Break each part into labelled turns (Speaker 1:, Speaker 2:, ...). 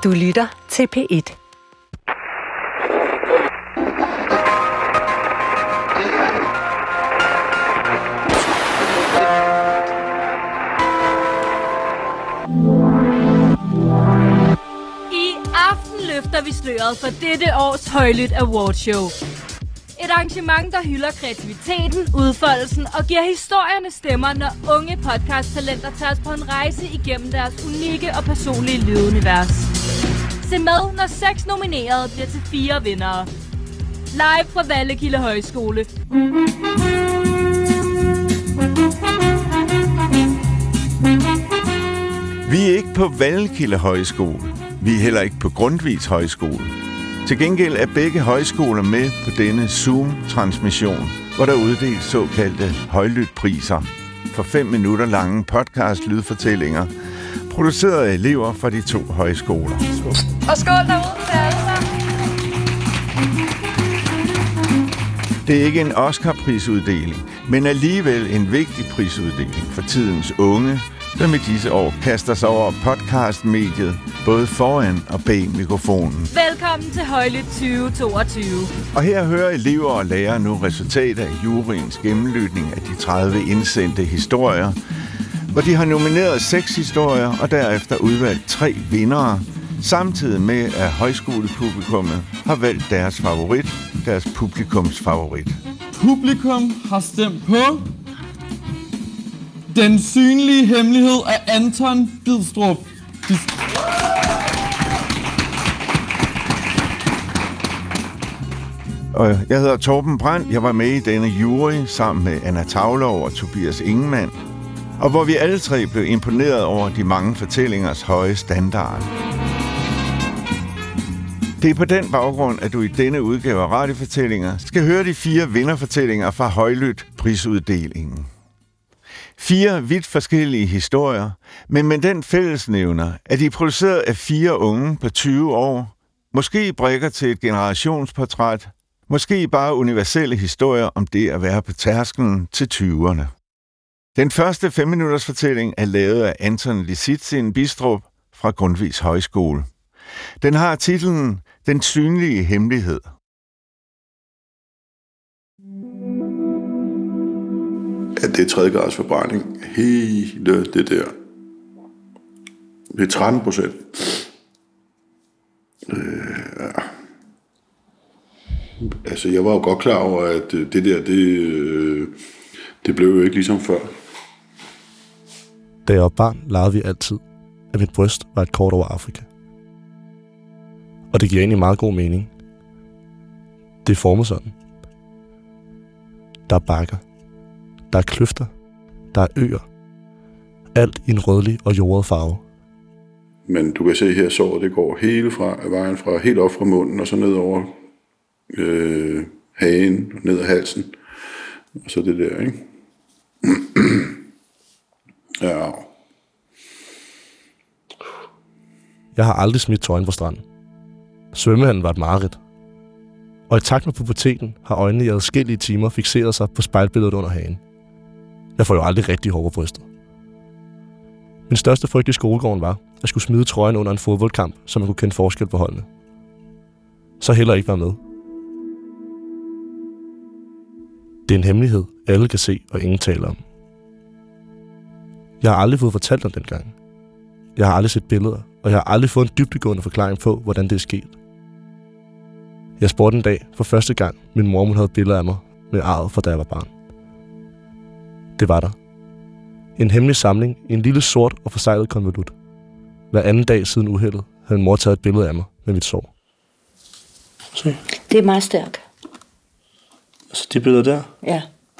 Speaker 1: Du lytter til P1.
Speaker 2: Løfter vi sløret for dette års Højlydt Awardshow. Et arrangement, der hylder kreativiteten, udfoldelsen og giver historierne stemmer, når unge podcasttalenter tager os på en rejse igennem deres unikke og personlige lydunivers. Se med, når 6 nominerede bliver til 4 vindere. Live fra Vallekilde Højskole.
Speaker 3: Vi er ikke på Vallekilde Højskole. Vi er heller ikke på Grundtvigs Højskole. Til gengæld er begge højskoler med på denne Zoom-transmission, hvor der uddeles såkaldte højlytpriser for 5 minutter lange podcast-lydfortællinger, produceret af elever fra de 2 højskoler.
Speaker 2: Og skål derude til alle sammen.
Speaker 3: Det er ikke en Oscar-prisuddeling, men alligevel en vigtig prisuddeling for tidens unge, som i disse år kaster sig over podcastmediet, både foran og bag mikrofonen.
Speaker 2: Velkommen til Højlydt 2022.
Speaker 3: Og her hører elever og lærere nu resultater af juryens gennemlytning af de 30 indsendte historier, hvor de har nomineret 6 historier og derefter udvalgt 3 vindere, samtidig med at højskolepublikummet har valgt deres favorit, deres publikumsfavorit.
Speaker 4: Publikum har stemt på Den synlige hemmelighed af Anton Bidstrup.
Speaker 3: Og jeg hedder Torben Brandt. Jeg var med i denne jury sammen med Anna Tavlov og Tobias Ingemann, og hvor vi alle 3 blev imponeret over de mange fortællingers høje standard. Det er på den baggrund, at du i denne udgave af Radiofortællinger skal høre de 4 vinderfortællinger fra Højlydt prisuddelingen. 4 vidt forskellige historier, men med den fællesnævner, at de er produceret af 4 unge på 20 år, måske brikker til et generationsportræt, måske bare universelle historier om det at være på tærsklen til 20'erne. Den første 5-minutters fortælling er lavet af Anton Lisitsin Bidstrup fra Grundtvigs Højskole. Den har titlen Den synlige hemmelighed.
Speaker 5: At det er 3. grads forbrænding, hele det der. Det er 13%. Ja. Altså, jeg var jo godt klar over, at det der, det blev jo ikke ligesom før.
Speaker 6: Da jeg var barn, legede vi altid, at mit bryst var et kort over Afrika. Og det giver egentlig meget god mening. Det er formet sådan. Der er bakker. Der er kløfter. Der er øer. Alt i en rødlig og jordet farve.
Speaker 5: Men du kan se her, såret det går hele fra vejen fra helt op fra munden og så ned over hagen og ned ad halsen. Og så det der, ikke? Ja.
Speaker 6: Jeg har aldrig smidt tøjen på stranden. Svømmehallen var et mareridt. Og i takt med puberteten har øjnene i adskillige timer fikseret sig på spejlbilledet under hagen. Jeg får jo aldrig rigtig hår på brystet. Min største frygt i skolegården var, at skulle smide trøjen under en fodboldkamp, så man kunne kende forskel på holdene. Så heller ikke være med. Det er en hemmelighed, alle kan se og ingen taler om. Jeg har aldrig fået fortalt om dengang. Jeg har aldrig set billeder, og jeg har aldrig fået en dybdegående forklaring på, hvordan det er sket. Jeg spurgte en dag for første gang, min mor havde billeder af mig med arret fra da jeg var barn. Det var der. En hemmelig samling i en lille sort og forseglet konvolut. Hver anden dag siden uheldet havde min mor taget et billede af mig med mit sår.
Speaker 7: Se.
Speaker 8: Det er meget stærkt.
Speaker 7: Altså de billeder der?
Speaker 8: Ja.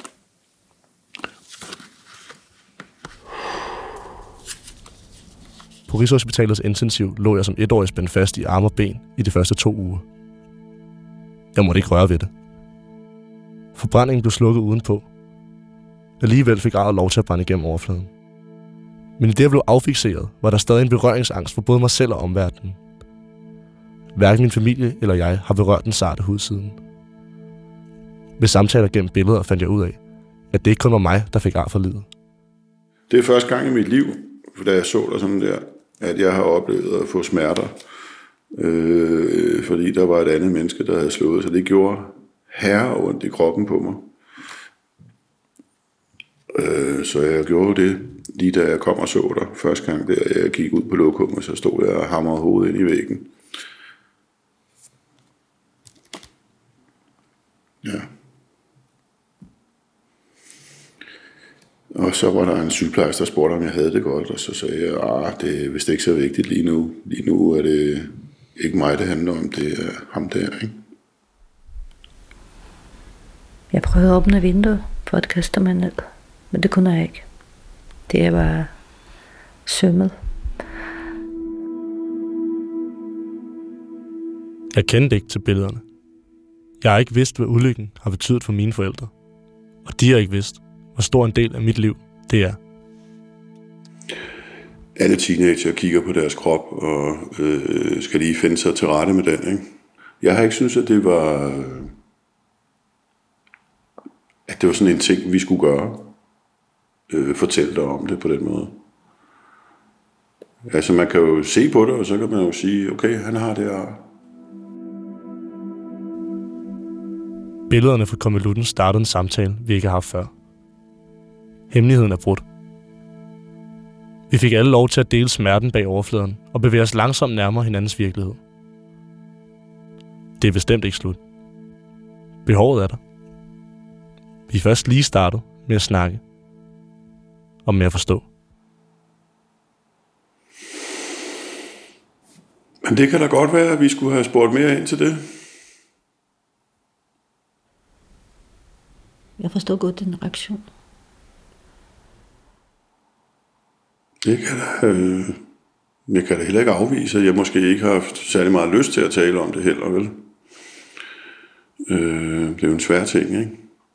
Speaker 6: På Rigshospitalets intensiv lå jeg som 1-årig spændt fast i arme og ben i de første 2 uger. Jeg måtte ikke røre ved det. Forbrændingen blev slukket udenpå. Alligevel fik arret lov til at brænde igennem overfladen. Men i det, jeg blev affixeret, var der stadig en berøringsangst for både mig selv og omverdenen. Hverken min familie eller jeg har berørt den sarte hud siden. Ved samtaler gennem billeder fandt jeg ud af, at det ikke kun var mig, der fik ar for livet.
Speaker 5: Det er første gang i mit liv, da jeg så dig sådan der, at jeg har oplevet at få smerter Fordi der var et andet menneske, der havde slået, så det gjorde herre ondt i kroppen på mig. Så jeg gjorde det, lige da jeg kom og så dig første gang, der jeg gik ud på lokummet, så stod jeg og hamrede hovedet ind i væggen. Ja. Og så var der en sygeplejerske, der spurgte, om jeg havde det godt, og så sagde jeg, det er vist ikke så vigtigt lige nu. Lige nu er det ikke mig, det handler om, det er ham der, ikke?
Speaker 1: Jeg prøvede at åbne vinduet for at kaste mig ned, men det kunne jeg ikke. Det var sømmet.
Speaker 6: Jeg kendte ikke til billederne. Jeg har ikke vidst, hvad ulykken har betydet for mine forældre. Og de har ikke vidst, hvor stor en del af mit liv det er.
Speaker 5: Alle teenager kigger på deres krop og skal lige finde sig til rette med den, ikke? Jeg har ikke syntes, at det var sådan en ting, vi skulle gøre. Fortælle dig om det på den måde. Altså man kan jo se på det, og så kan man jo sige, okay, han har det her.
Speaker 6: Billederne fra konvolutten startede en samtale, vi ikke har haft før. Hemmeligheden er brudt. Vi fik alle lov til at dele smerten bag overfladen og bevæge os langsomt nærmere hinandens virkelighed. Det er bestemt ikke slut. Behovet er der. Vi er først lige startet med at snakke og med at forstå.
Speaker 5: Men det kan da godt være, at vi skulle have spurgt mere ind til det.
Speaker 1: Jeg forstår godt din reaktion.
Speaker 5: Det kan jeg kan da heller ikke afvise, at jeg måske ikke har haft særlig meget lyst til at tale om det heller, vel? Det er jo en svær ting, ikke?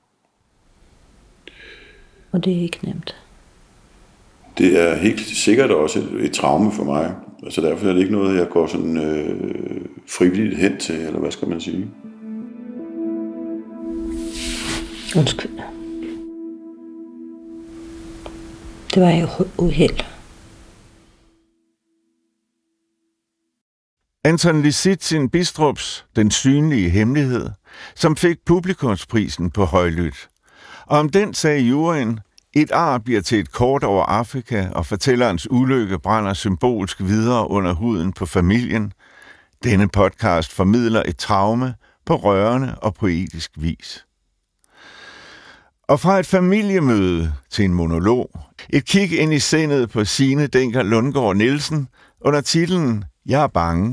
Speaker 1: Og det er ikke nemt.
Speaker 5: Det er helt sikkert også et traume for mig. Altså derfor er det ikke noget, jeg går sådan frivilligt hen til, eller hvad skal man sige?
Speaker 1: Undskyld. Det var jo uheld.
Speaker 3: Anton Lisitsin Bistrups Den synlige hemmelighed, som fik publikumsprisen på Højlydt. Og om den sagde juryen, et ar bliver til et kort over Afrika, og fortællerens ulykke brænder symbolsk videre under huden på familien. Denne podcast formidler et traume på rørende og poetisk vis. Og fra et familiemøde til en monolog, et kig ind i sindet på Signe Denker Lundgaard Nielsen under titlen Jeg er bange.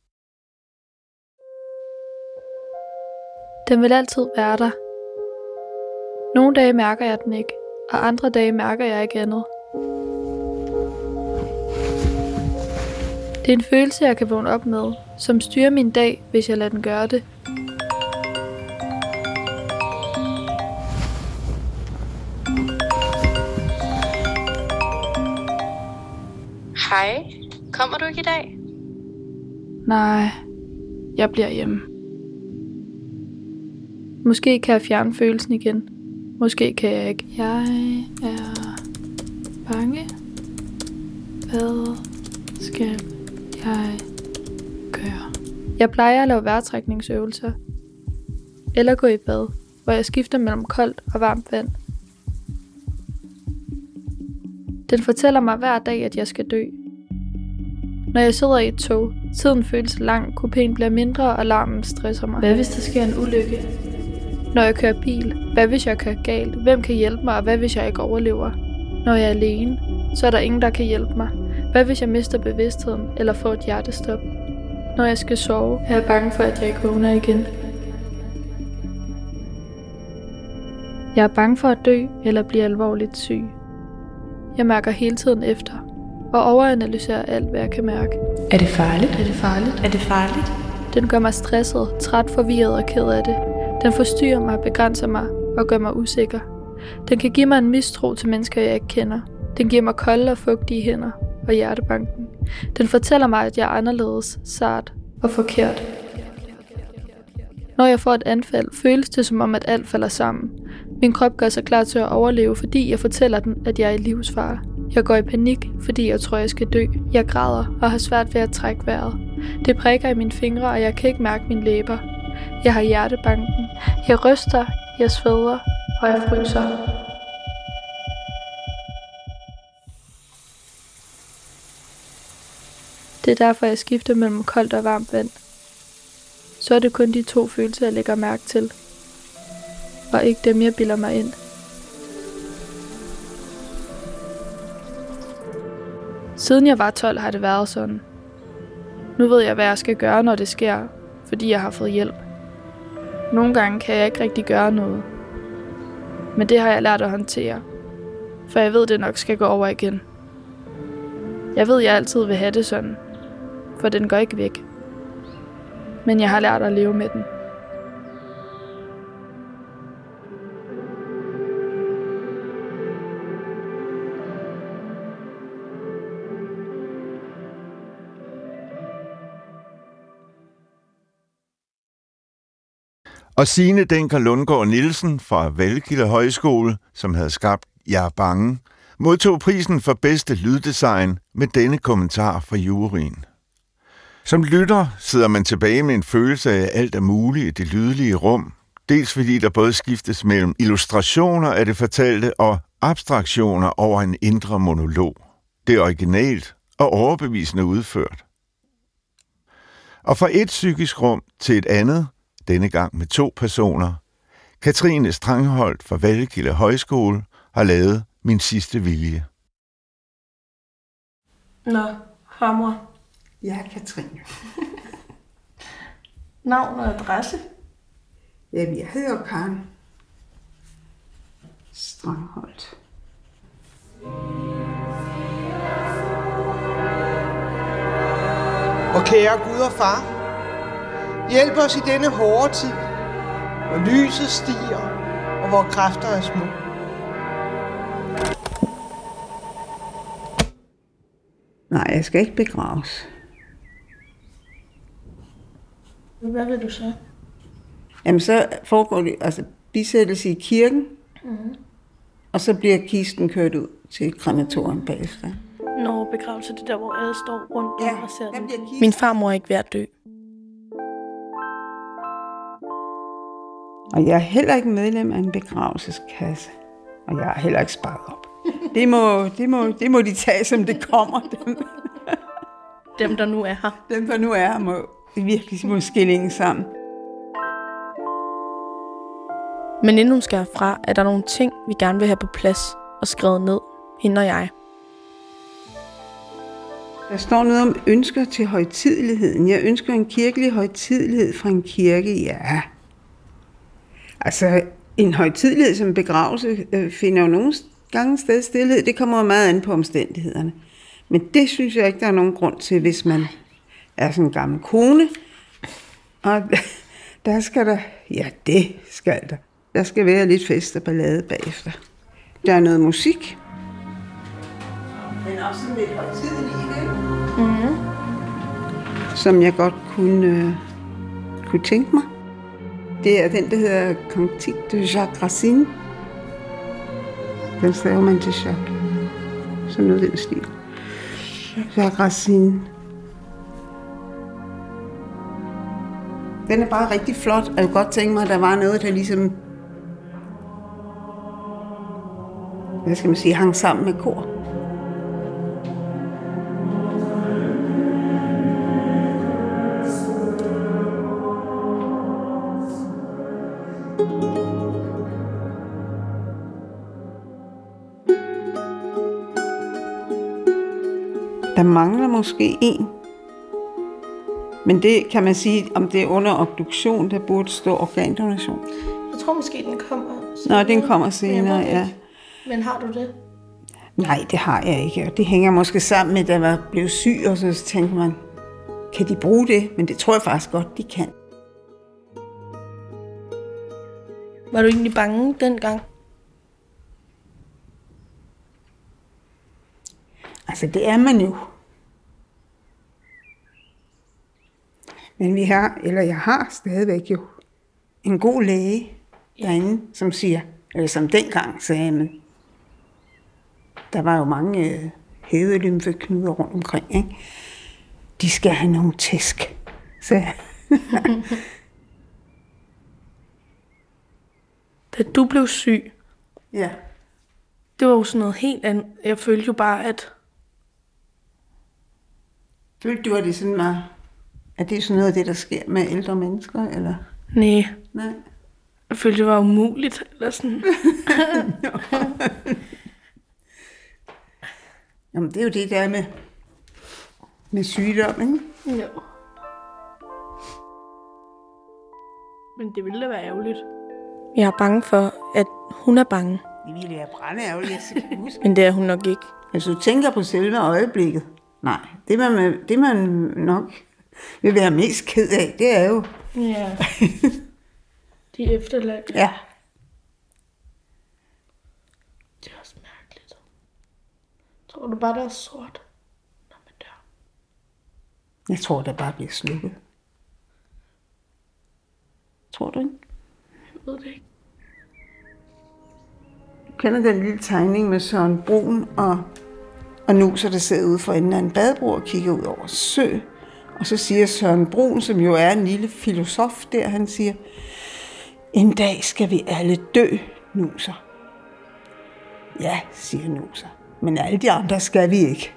Speaker 8: Den vil altid være der. Nogle dage mærker jeg den ikke, og andre dage mærker jeg ikke andet. Det er en følelse, jeg kan vågne op med, som styrer min dag, hvis jeg lader den gøre det.
Speaker 9: Hej, kommer du ikke i dag?
Speaker 8: Nej, jeg bliver hjemme. Måske kan jeg fjerne følelsen igen. Måske kan jeg ikke. Jeg er bange. Hvad skal jeg gøre? Jeg plejer at lave vejrtrækningsøvelser. Eller gå i bad, hvor jeg skifter mellem koldt og varmt vand. Den fortæller mig hver dag, at jeg skal dø. Når jeg sidder i et tog, tiden føles lang, kupéen bliver mindre og larmen stresser mig. Hvad hvis der sker en ulykke? Når jeg kører bil, hvad hvis jeg kører galt? Hvem kan hjælpe mig, og hvad hvis jeg ikke overlever? Når jeg er alene, så er der ingen, der kan hjælpe mig. Hvad hvis jeg mister bevidstheden, eller får et hjertestop? Når jeg skal sove, er jeg bange for, at jeg ikke vågner igen. Jeg er bange for at dø, eller blive alvorligt syg. Jeg mærker hele tiden efter, og overanalyserer alt, hvad jeg kan mærke.
Speaker 9: Er det farligt?
Speaker 8: Er det farligt?
Speaker 9: Er det farligt?
Speaker 8: Den gør mig stresset, træt, forvirret og ked af det. Den forstyrrer mig, begrænser mig og gør mig usikker. Den kan give mig en mistro til mennesker, jeg ikke kender. Den giver mig kolde og fugtige hænder og hjertebanken. Den fortæller mig, at jeg er anderledes, sart og forkert. Når jeg får et anfald, føles det som om, at alt falder sammen. Min krop gør sig klar til at overleve, fordi jeg fortæller den, at jeg er i livsfare. Jeg går i panik, fordi jeg tror, jeg skal dø. Jeg græder og har svært ved at trække vejret. Det prikker i mine fingre, og jeg kan ikke mærke mine læber. Jeg har hjertebanken. Jeg ryster, jeg sveder, og jeg fryser. Det er derfor, jeg skifter mellem koldt og varmt vand. Så er det kun de 2 følelser, jeg lægger mærke til. Og ikke dem, jeg bilder mig ind. Siden jeg var 12, har det været sådan. Nu ved jeg, hvad jeg skal gøre, når det sker, fordi jeg har fået hjælp. Nogle gange kan jeg ikke rigtig gøre noget. Men det har jeg lært at håndtere. For jeg ved, det nok skal gå over igen. Jeg ved, jeg altid vil have det sådan. For den går ikke væk. Men jeg har lært at leve med den.
Speaker 3: Og Signe Denker Lundgaard Nielsen fra Vallekilde Højskole, som havde skabt Jeg er bange, modtog prisen for bedste lyddesign med denne kommentar fra juryen. Som lytter sidder man tilbage med en følelse af, at alt er muligt i det lydlige rum, dels fordi der både skiftes mellem illustrationer af det fortalte og abstraktioner over en indre monolog. Det er originalt og overbevisende udført. Og fra et psykisk rum til et andet, denne gang med 2 personer. Katrine Strangholdt fra Vallekilde Højskole har lavet Min sidste vilje.
Speaker 10: Nå, hammer.
Speaker 11: Ja, Katrine.
Speaker 10: Navn og adresse?
Speaker 11: Jamen, jeg hedder Karen Strangholdt.
Speaker 12: Og kære Gud og far, hjælp os i denne hårde tid, hvor lyset stiger, og hvor kræfter er små.
Speaker 11: Nej, jeg skal ikke begraves.
Speaker 10: Hvad vil du så?
Speaker 11: Jamen, så foregår det altså bisættelse i kirken, og så bliver kisten kørt ud til krematorium bagefter.
Speaker 10: Når begravelse, det der, hvor alle står rundt
Speaker 11: Ja,
Speaker 10: og ser
Speaker 11: der
Speaker 10: den.
Speaker 11: bliver kisten.
Speaker 10: Min farmor er ikke ved at dø.
Speaker 11: Og jeg er heller ikke medlem af en begravelseskasse, og jeg har heller ikke sparet op. Det må de tage, som det kommer.
Speaker 10: Dem, der nu er her.
Speaker 11: Dem, der nu er her, må virkelig skillingen sammen.
Speaker 10: Men inden hun skal herfra, er der nogle ting, vi gerne vil have på plads og skrevet ned, hende og jeg.
Speaker 11: Der står noget om ønsker til højtideligheden. Jeg ønsker en kirkelig højtidelighed fra en kirke, ja. Altså, en højtidelighed som begravelse finder jo nogle gange sted stillhed. Det kommer jo meget an på omstændighederne. Men det synes jeg ikke, der er nogen grund til, hvis man er sådan en gammel kone. Og der skal der, ja, det skal der. Der skal være lidt fest og ballade bagefter. Der er noget musik. Men også sådan lidt højtideligt i det. Mm-hmm. Som jeg godt kunne tænke mig. Det er den, der hedder Cantique de Jacques Racine. Den staver man til Jacques. Sådan noget den stil. Jacques Racine. Den er bare rigtig flot, og jeg kunne godt tænke mig, at der var noget, der ligesom, hvad skal man sige, hang sammen med kor. Der mangler måske en. Men det kan man sige, om det er under obduktion, der burde stå organdonation.
Speaker 10: Jeg tror måske, den kommer
Speaker 11: senere. Nå, den kommer senere, ja.
Speaker 10: Men har du det?
Speaker 11: Nej, det har jeg ikke. Og det hænger måske sammen med, at jeg var blevet syg, og så tænker man, kan de bruge det? Men det tror jeg faktisk godt, de kan.
Speaker 10: Var du egentlig bange dengang?
Speaker 11: Altså, det er man jo. Men jeg har stadigvæk jo en god læge derinde, som siger, eller som dengang sagde, men der var jo mange hævelymfeknuder rundt omkring, ikke? de skal have nogle tæsk. Så
Speaker 10: Da du blev syg,
Speaker 11: ja.
Speaker 10: Det var jo sådan noget helt andet. Jeg følte jo bare, at...
Speaker 11: Følte du, at det sådan var... Er det sådan noget af det, der sker med ældre mennesker, eller?
Speaker 10: Nej.
Speaker 11: Nej.
Speaker 10: Jeg følte, det var umuligt, eller sådan.
Speaker 11: Jamen, det er jo det der med sygdom, ikke?
Speaker 10: Jo. Men det ville da være ærgerligt. Jeg er bange for, at hun er bange.
Speaker 11: Det ville være brændeærgerligt, jeg skal huske.
Speaker 10: Men det er hun nok ikke.
Speaker 11: Hvis du tænker på selve øjeblikket, nej. Det man nok vil være mest ked af, det er jo...
Speaker 10: Ja. De efterladte.
Speaker 11: Ja.
Speaker 10: Det er også mærkeligt. Tror du bare, der er sort, når man dør?
Speaker 11: Jeg tror, der bare bliver slukket. Tror du ikke?
Speaker 10: Jeg ved det ikke.
Speaker 11: Du kender den lille tegning med Søren Brun og Nuser, der sidder ude for enden af en badebro og kigger ud over sø. Og så siger Søren Brun, som jo er en lille filosof der, han siger, en dag skal vi alle dø, Nuser. Ja, siger Nuser, men alle de andre skal vi ikke.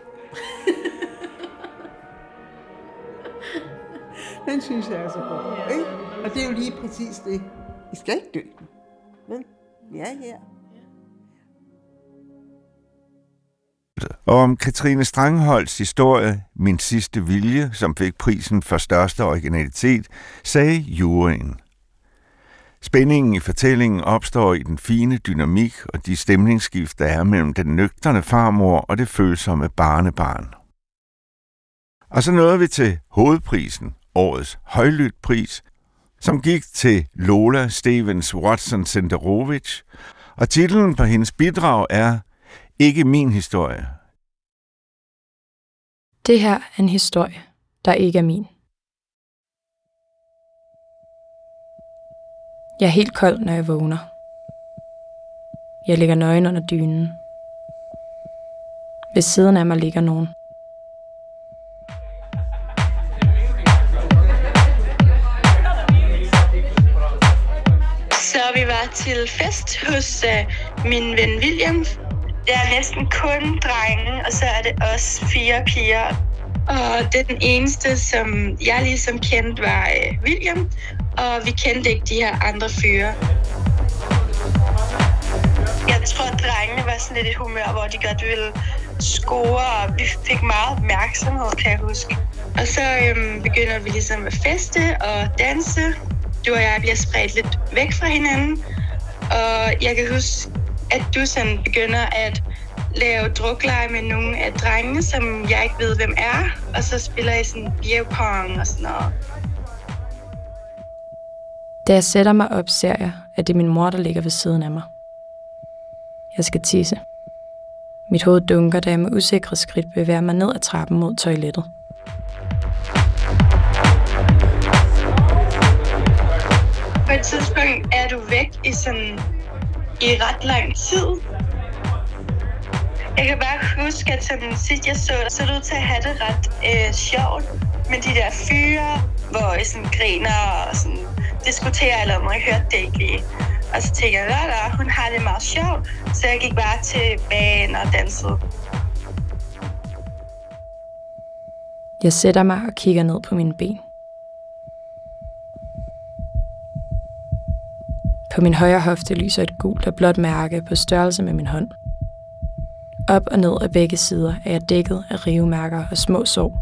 Speaker 11: Den synes jeg er så god, ikke? Og det er jo lige præcis det. I skal ikke dø. Vel? Ja, ja.
Speaker 3: Og om Katrine Strangholds historie, Min sidste vilje, som fik prisen for største originalitet, sagde juryen. Spændingen i fortællingen opstår i den fine dynamik og de stemningsskift, der er mellem den nøgterne farmor og det følsomme barnebarn. Og så nåede vi til hovedprisen, årets højlydpris, som gik til Lola Stevens Watson Senderovich, og titlen på hendes bidrag er Ikke min historie.
Speaker 13: Det her er en historie, der ikke er min. Jeg er helt kold, når jeg vågner. Jeg ligger nøgen under dynen. Ved siden af mig ligger nogen.
Speaker 9: Så vi var til fest hos min ven William. Der er næsten kun drenge, og så er det os 4 piger. Og den eneste, som jeg ligesom kendte, var William. Og vi kendte ikke de her andre fyre. Jeg tror, at drengene var sådan lidt i humør, hvor de godt ville score, og vi fik meget opmærksomhed, kan jeg huske. Og så begynder vi ligesom at feste og danse. Du og jeg bliver spredt lidt væk fra hinanden. Og jeg kan huske, at du sådan begynder at lave drukleje med nogle af drengene, som jeg ikke ved, hvem er. Og så spiller I sådan bjergpong og sådan noget.
Speaker 13: Da jeg sætter mig op, ser jeg, at det er min mor, der ligger ved siden af mig. Jeg skal tisse. Mit hoved dunker, da jeg med usikre skridt bevæger mig ned ad trappen mod toilettet.
Speaker 9: På et tidspunkt er du væk i ret lang tid. Jeg kan bare huske, at sidst jeg så du ud til at have det ret sjovt med de der fyre, hvor I sådan griner og sådan diskuterer eller noget. Jeg hørte det ikke lige. Og så tænkte jeg, hun har det meget sjovt, så jeg gik bare til bagen og dansede.
Speaker 13: Jeg sætter mig og kigger ned på mine ben. På min højre hofte lyser et gult og blåt mærke på størrelse med min hånd. Op og ned af begge sider er jeg dækket af rivemærker og små sår.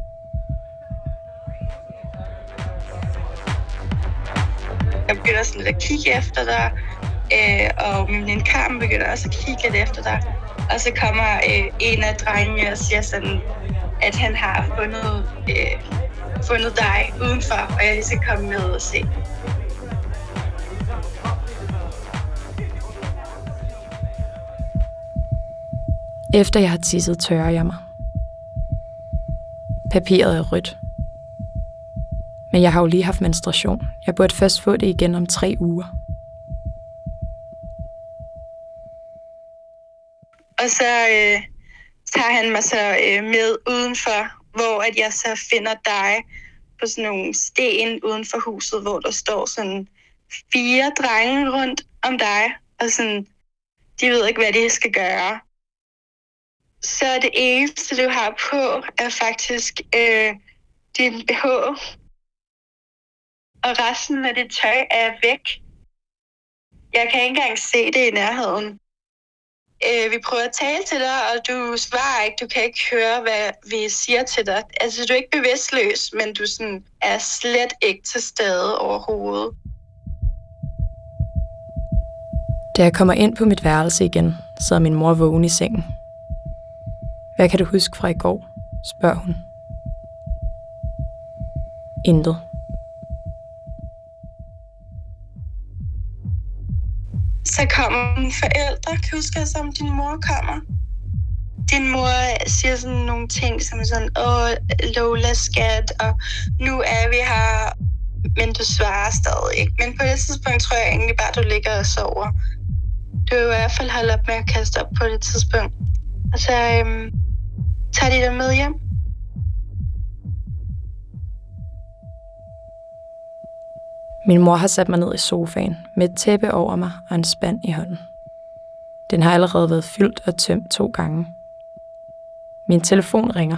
Speaker 9: Jeg begynder sådan lidt at kigge efter dig, og min veninde Carmen begynder også at kigge lidt efter dig. Og så kommer en af drengene og siger sådan, at han har fundet dig udenfor, og jeg lige skal komme med og se.
Speaker 13: Efter jeg har tisset, tørrer jeg mig. Papiret er rødt. Men jeg har jo lige haft menstruation. Jeg burde først få det igen om 3 uger.
Speaker 9: Og så tager han mig så med udenfor, hvor at jeg så finder dig på sådan nogle sten uden for huset, hvor der står sådan 4 drenge rundt om dig, og sådan, de ved ikke, hvad de skal gøre. Så det eneste, du har på, er faktisk din BH. Og resten af dit tøj er væk. Jeg kan ikke engang se det i nærheden. Vi prøver at tale til dig, og du svarer ikke. Du kan ikke høre, hvad vi siger til dig. Altså, du er ikke bevidstløs, men du sådan er slet ikke til stede overhovedet.
Speaker 13: Da jeg kommer ind på mit værelse igen, sidder min mor vågen i sengen. Hvad kan du huske fra i går? Spørger hun. Intet.
Speaker 9: Så kommer mine forældre, kan huske, som din mor kommer. Din mor siger sådan nogle ting, som sådan, Lola skat, og nu er vi her, men du svarer stadig ikke. Men på det tidspunkt tror jeg egentlig bare, du ligger og sover. Du vil i hvert fald holde op med at kaste op på det tidspunkt. Og så tager de dig med hjem.
Speaker 13: Min mor har sat mig ned i sofaen med et tæppe over mig og en spand i hånden. Den har allerede været fyldt og tømt 2 gange. Min telefon ringer.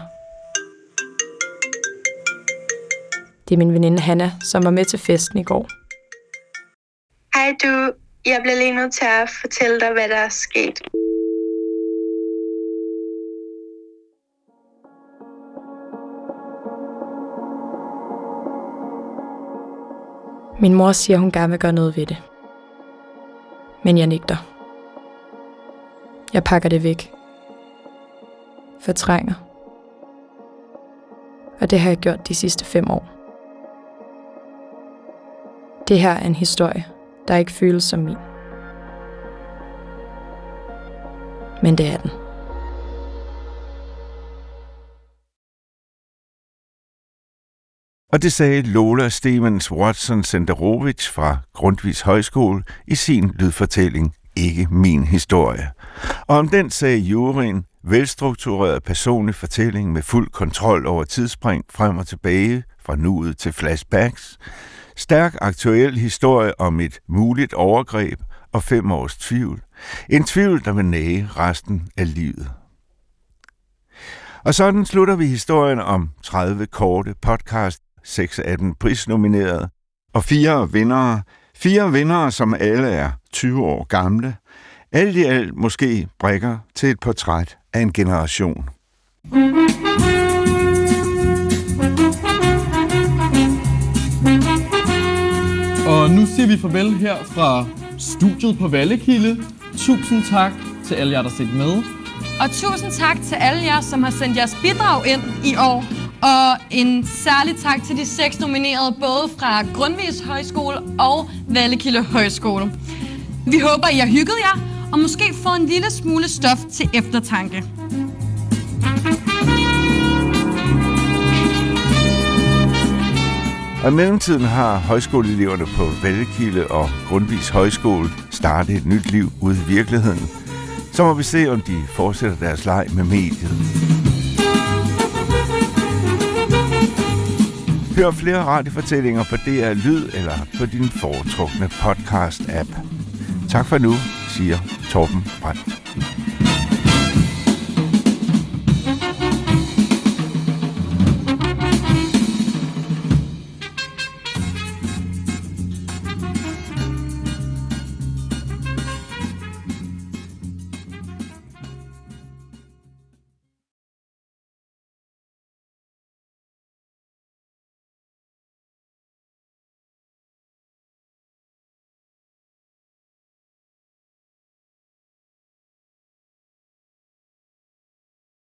Speaker 13: Det er min veninde Hanna, som var med til festen i går.
Speaker 9: Hej du, jeg bliver lige nødt til at fortælle dig, hvad der er sket.
Speaker 13: Min mor siger, hun gerne vil gøre noget ved det. Men jeg nægter. Jeg pakker det væk. Fortrænger. Og det har jeg gjort de sidste 5 år. Det her er en historie, der ikke føles som min. Men det er den.
Speaker 3: Og det sagde Lola Stevens Watson Senderovich fra Grundtvigs Højskole i sin lydfortælling Ikke min historie. Og om den sagde juryen, velstruktureret personlig fortælling med fuld kontrol over tidsspring frem og tilbage fra nuet til flashbacks, stærk aktuel historie om et muligt overgreb og 5 års tvivl. En tvivl, der vil næge resten af livet. Og sådan slutter vi historien om 30 korte podcast, 6 af dem prisnominerede, og 4 vindere. 4 vindere, som alle er 20 år gamle. Alt i alt måske brikker til et portræt af en generation.
Speaker 4: Og nu siger vi farvel her fra studiet på Vallekilde. Tusind tak til alle jer, der har set med.
Speaker 2: Og tusind tak til alle jer, som har sendt jeres bidrag ind i år. Og en særlig tak til de 6 nominerede, både fra Grundtvigs Højskole og Vallekilde Højskole. Vi håber, I har hygget jer, og måske fået en lille smule stof til eftertanke.
Speaker 3: Og i mellemtiden har højskoleeleverne på Vallekilde og Grundtvigs Højskole startet et nyt liv ude i virkeligheden. Så må vi se, om de fortsætter deres leg med mediet. Hør flere radiofortællinger på DR Lyd eller på din foretrukne podcast-app. Tak for nu, siger Torben Brandt.